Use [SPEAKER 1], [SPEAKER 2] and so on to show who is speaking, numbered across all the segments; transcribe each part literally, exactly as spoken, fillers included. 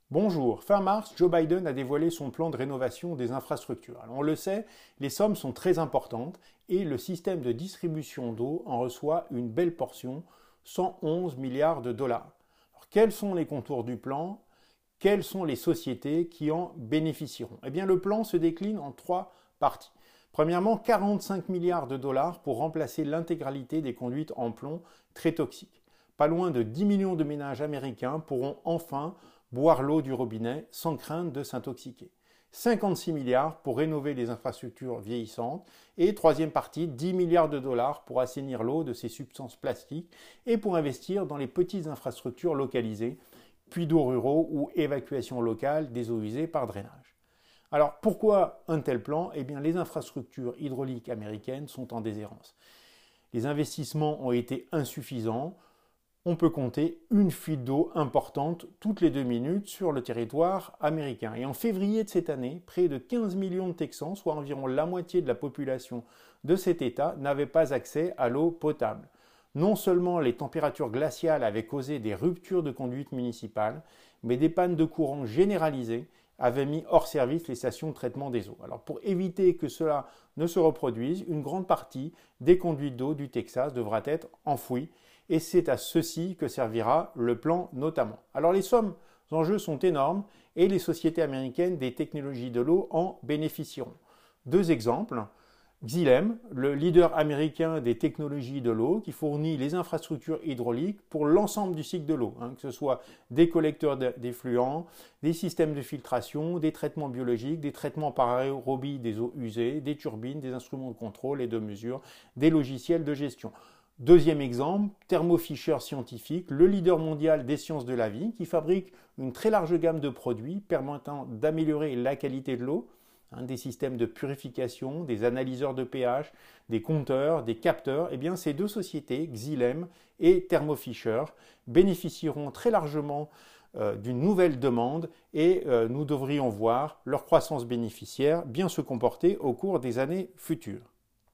[SPEAKER 1] Bonjour, fin mars, Joe Biden a dévoilé son plan de rénovation des infrastructures. Alors, on le sait, les sommes sont très importantes et le système de distribution d'eau en reçoit une belle portion, cent onze milliards de dollars. Alors, quels sont les contours du plan? Quelles sont les sociétés qui en bénéficieront? Eh bien, le plan se décline en trois parties. Premièrement, quarante-cinq milliards de dollars pour remplacer l'intégralité des conduites en plomb très toxiques. Pas loin de dix millions de ménages américains pourront enfin boire l'eau du robinet sans crainte de s'intoxiquer. cinquante-six milliards pour rénover les infrastructures vieillissantes et troisième partie, dix milliards de dollars pour assainir l'eau de ces substances plastiques et pour investir dans les petites infrastructures localisées, puits d'eau ruraux ou évacuation locale des eaux usées par drainage. Alors pourquoi un tel plan? Eh bien les infrastructures hydrauliques américaines sont en déshérence. Les investissements ont été insuffisants. On peut compter une fuite d'eau importante toutes les deux minutes sur le territoire américain. Et en février de cette année, près de quinze millions de Texans, soit environ la moitié de la population de cet État, n'avaient pas accès à l'eau potable. Non seulement les températures glaciales avaient causé des ruptures de conduite municipales, mais des pannes de courant généralisées avaient mis hors service les stations de traitement des eaux. Alors pour éviter que cela ne se reproduise, une grande partie des conduites d'eau du Texas devra être enfouie. Et c'est à ceci que servira le plan notamment. Alors les sommes en jeu sont énormes et les sociétés américaines des technologies de l'eau en bénéficieront. Deux exemples. Xylem, le leader américain des technologies de l'eau qui fournit les infrastructures hydrauliques pour l'ensemble du cycle de l'eau, hein, que ce soit des collecteurs d'effluents, des systèmes de filtration, des traitements biologiques, des traitements par aérobie des eaux usées, des turbines, des instruments de contrôle et de mesure, des logiciels de gestion. Deuxième exemple, Thermo Fisher Scientific, le leader mondial des sciences de la vie, qui fabrique une très large gamme de produits permettant d'améliorer la qualité de l'eau, hein, des systèmes de purification, des analyseurs de pH, des compteurs, des capteurs. Eh bien, ces deux sociétés, Xylem et Thermo Fisher, bénéficieront très largement euh, d'une nouvelle demande et euh, nous devrions voir leur croissance bénéficiaire bien se comporter au cours des années futures.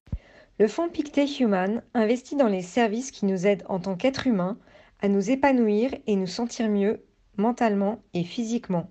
[SPEAKER 2] Le fonds Pictet Human investit dans les services qui nous aident en tant qu'êtres humains à nous épanouir et nous sentir mieux mentalement et physiquement.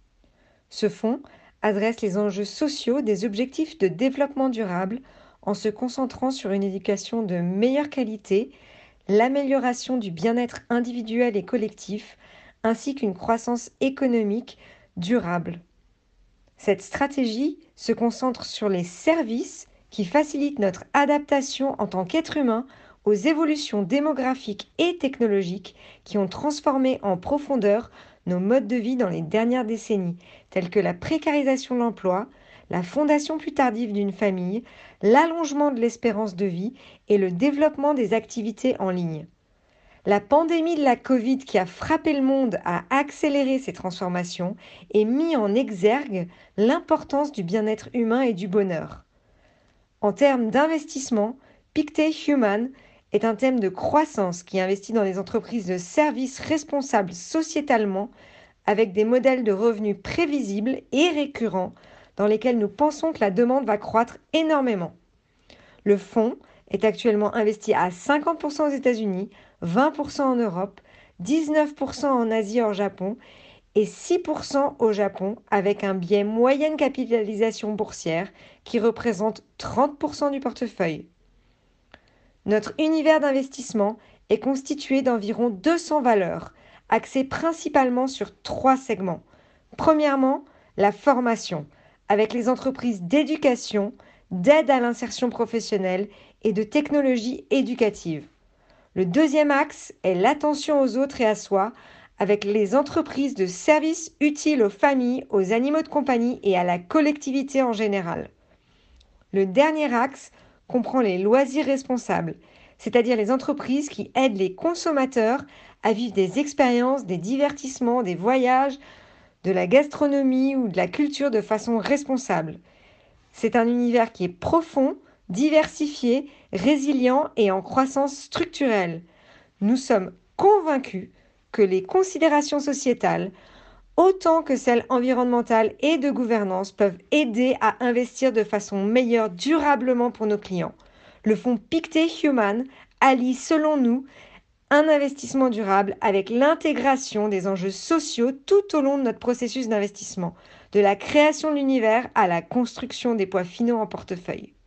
[SPEAKER 2] Ce fonds adresse les enjeux sociaux des objectifs de développement durable en se concentrant sur une éducation de meilleure qualité, l'amélioration du bien-être individuel et collectif, ainsi qu'une croissance économique durable. Cette stratégie se concentre sur les services qui facilite notre adaptation en tant qu'être humain aux évolutions démographiques et technologiques qui ont transformé en profondeur nos modes de vie dans les dernières décennies, tels que la précarisation de l'emploi, la fondation plus tardive d'une famille, l'allongement de l'espérance de vie et le développement des activités en ligne. La pandémie de la Covid qui a frappé le monde a accéléré ces transformations et mis en exergue l'importance du bien-être humain et du bonheur. En termes d'investissement, Pictet Human est un thème de croissance qui investit dans des entreprises de services responsables sociétalement avec des modèles de revenus prévisibles et récurrents dans lesquels nous pensons que la demande va croître énormément. Le fonds est actuellement investi à cinquante pour cent aux États-Unis, vingt pour cent en Europe, dix-neuf pour cent en Asie hors Japon et six pour cent au Japon avec un biais moyenne capitalisation boursière qui représente trente pour cent du portefeuille. Notre univers d'investissement est constitué d'environ deux cents valeurs, axées principalement sur trois segments. Premièrement, la formation, avec les entreprises d'éducation, d'aide à l'insertion professionnelle et de technologie éducative. Le deuxième axe est l'attention aux autres et à soi, avec les entreprises de services utiles aux familles, aux animaux de compagnie et à la collectivité en général. Le dernier axe comprend les loisirs responsables, c'est-à-dire les entreprises qui aident les consommateurs à vivre des expériences, des divertissements, des voyages, de la gastronomie ou de la culture de façon responsable. C'est un univers qui est profond, diversifié, résilient et en croissance structurelle. Nous sommes convaincus que les considérations sociétales, autant que celles environnementales et de gouvernance, peuvent aider à investir de façon meilleure durablement pour nos clients. Le fonds Pictet Human allie, selon nous, Un investissement durable avec l'intégration des enjeux sociaux tout au long de notre processus d'investissement, de la création de l'univers à la construction des poids finaux en portefeuille.